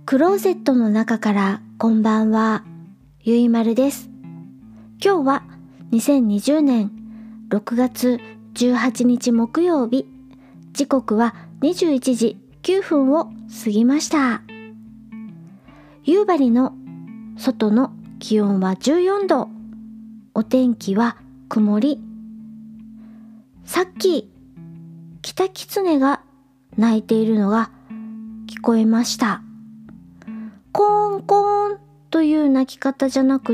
クローゼットの中からこんばんは、ゆいまるです。今日は2020年6月18日木曜日、時刻は21時9分を過ぎました。夕張の外の気温は14度、お天気は曇り。さっきキタキツネが鳴いているのが聞こえました。コーンコーンという鳴き方じゃなくって、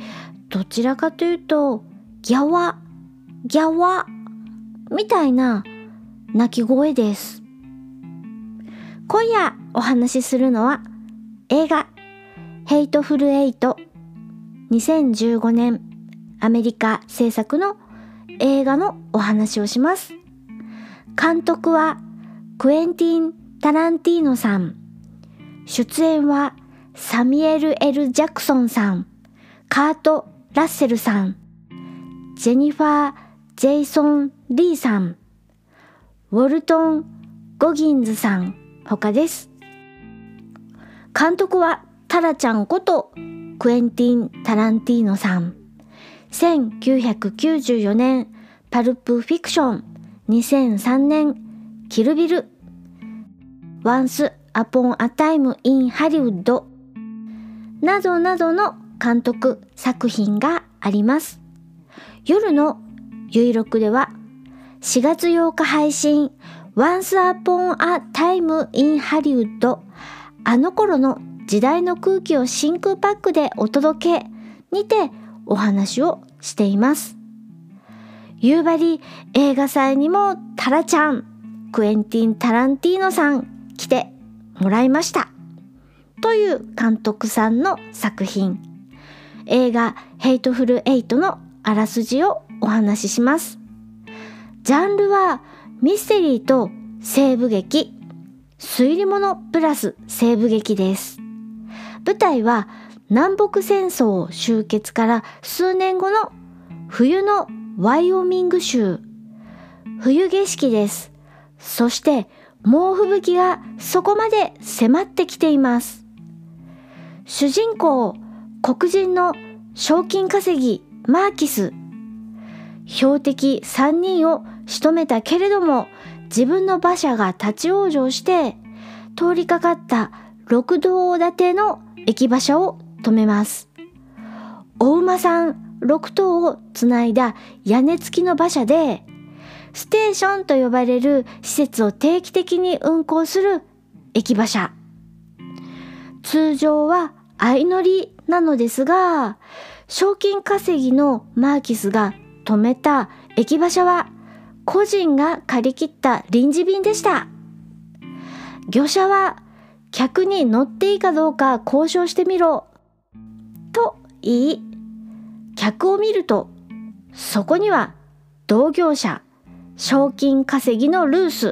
どちらかというとギャワギャワみたいな鳴き声です。今夜お話しするのは映画ヘイトフルエイト、2015年アメリカ制作の映画のお話をします。監督はクエンティン・タランティーノさん、出演はサミュエル・L・ジャクソンさん、カート・ラッセルさん、ジェニファー・ジェイソン・リーさん、ウォルトン・ゴギンズさん他です。監督はタラちゃんことクエンティン・タランティーノさん。1994年パルプ・フィクション、2003年キルビル、Once Upon a Time in Hollywoodなどなどの監督作品があります。夜のゆいろくでは4月8日配信 Once Upon a Time in Hollywood、 あの頃の時代の空気を真空パックでお届けにてお話をしています。夕張映画祭にもタラちゃん、クエンティン・タランティーノさん来てもらいましたという監督さんの作品。映画ヘイトフルエイトのあらすじをお話しします。ジャンルはミステリーと西部劇、推理物プラス西部劇です。舞台は南北戦争終結から数年後の冬のワイオミング州。冬景色です。そして猛吹雪がそこまで迫ってきています。主人公、黒人の賞金稼ぎマーキス。標的3人を仕留めたけれども、自分の馬車が立ち往生して通りかかった6棟建ての駅馬車を止めます。お馬さん6頭をつないだ屋根付きの馬車で、ステーションと呼ばれる施設を定期的に運行する駅馬車。通常は相乗りなのですが、賞金稼ぎのマーキスが止めた駅馬車は個人が借り切った臨時便でした。業者は客に乗っていいかどうか交渉してみろと言い、客を見るとそこには同業者、賞金稼ぎのルース、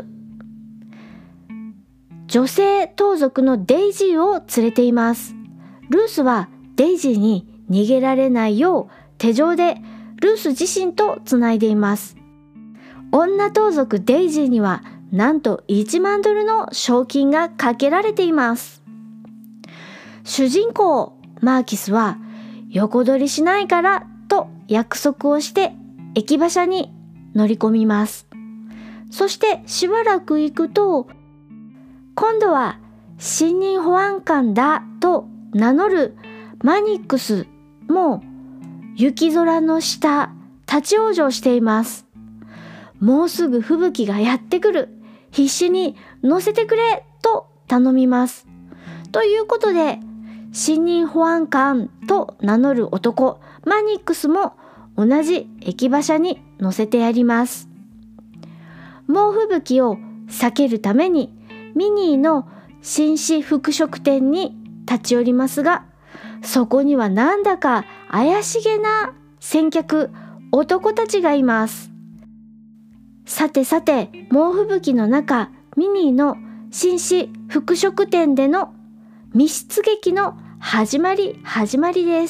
女性盗賊のデイジーを連れています。ルースはデイジーに逃げられないよう手錠でルース自身とつないでいます。女盗賊デイジーにはなんと1万ドルの賞金がかけられています。主人公マーキスは横取りしないからと約束をして駅馬車に乗り込みます。そしてしばらく行くと、今度は新任保安官だと名乗るマニックスも雪空の下立ち往生しています。もうすぐ吹雪がやってくる、必死に乗せてくれと頼みます。ということで、新任保安官と名乗る男マニックスも同じ駅馬車に乗せてやります。猛吹雪を避けるためにミニーの紳士服飾店に立ち寄りますが、そこにはなんだか怪しげな先客男たちがいます。さてさて、猛吹雪の中、ミニーの紳士服飾店での密室劇の始まりです。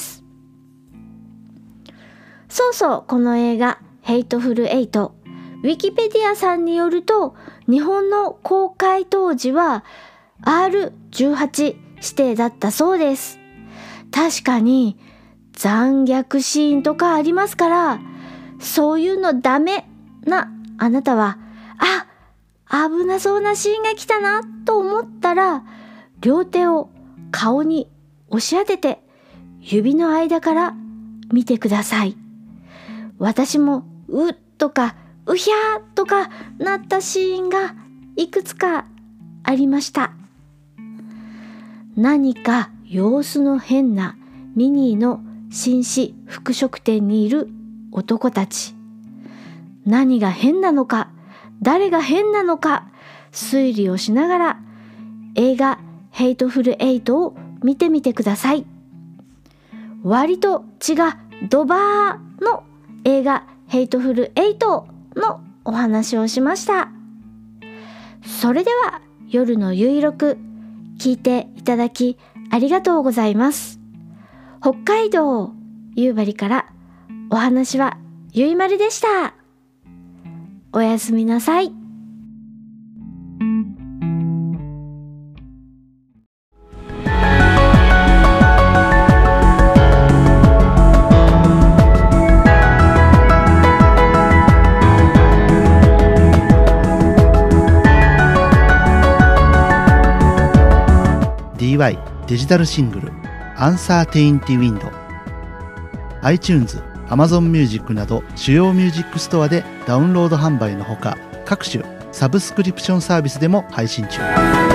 そうそう、この映画ヘイトフルエイト、ウィキペディアさんによると、日本の公開当時は R18 指定だったそうです。確かに残虐シーンとかありますから、そういうのダメなあなたは、危なそうなシーンが来たなと思ったら、両手を顔に押し当てて指の間から見てください。私もうっとかうひゃーとかなったシーンがいくつかありました。何か様子の変なミニーの紳士服飾店にいる男たち。何が変なのか、誰が変なのか推理をしながら映画ヘイトフルエイトを見てみてください。割と血がドバーの映画ヘイトフルエイトのお話をしました。それでは夜のゆいろく聞いていただきありがとうございます。北海道夕張からお話はゆいまるでした。おやすみなさい。 DY デジタルシングルアンサーテインティウィンド iTunes、Amazon Music など主要ミュージックストアでダウンロード販売のほか、各種サブスクリプションサービスでも配信中。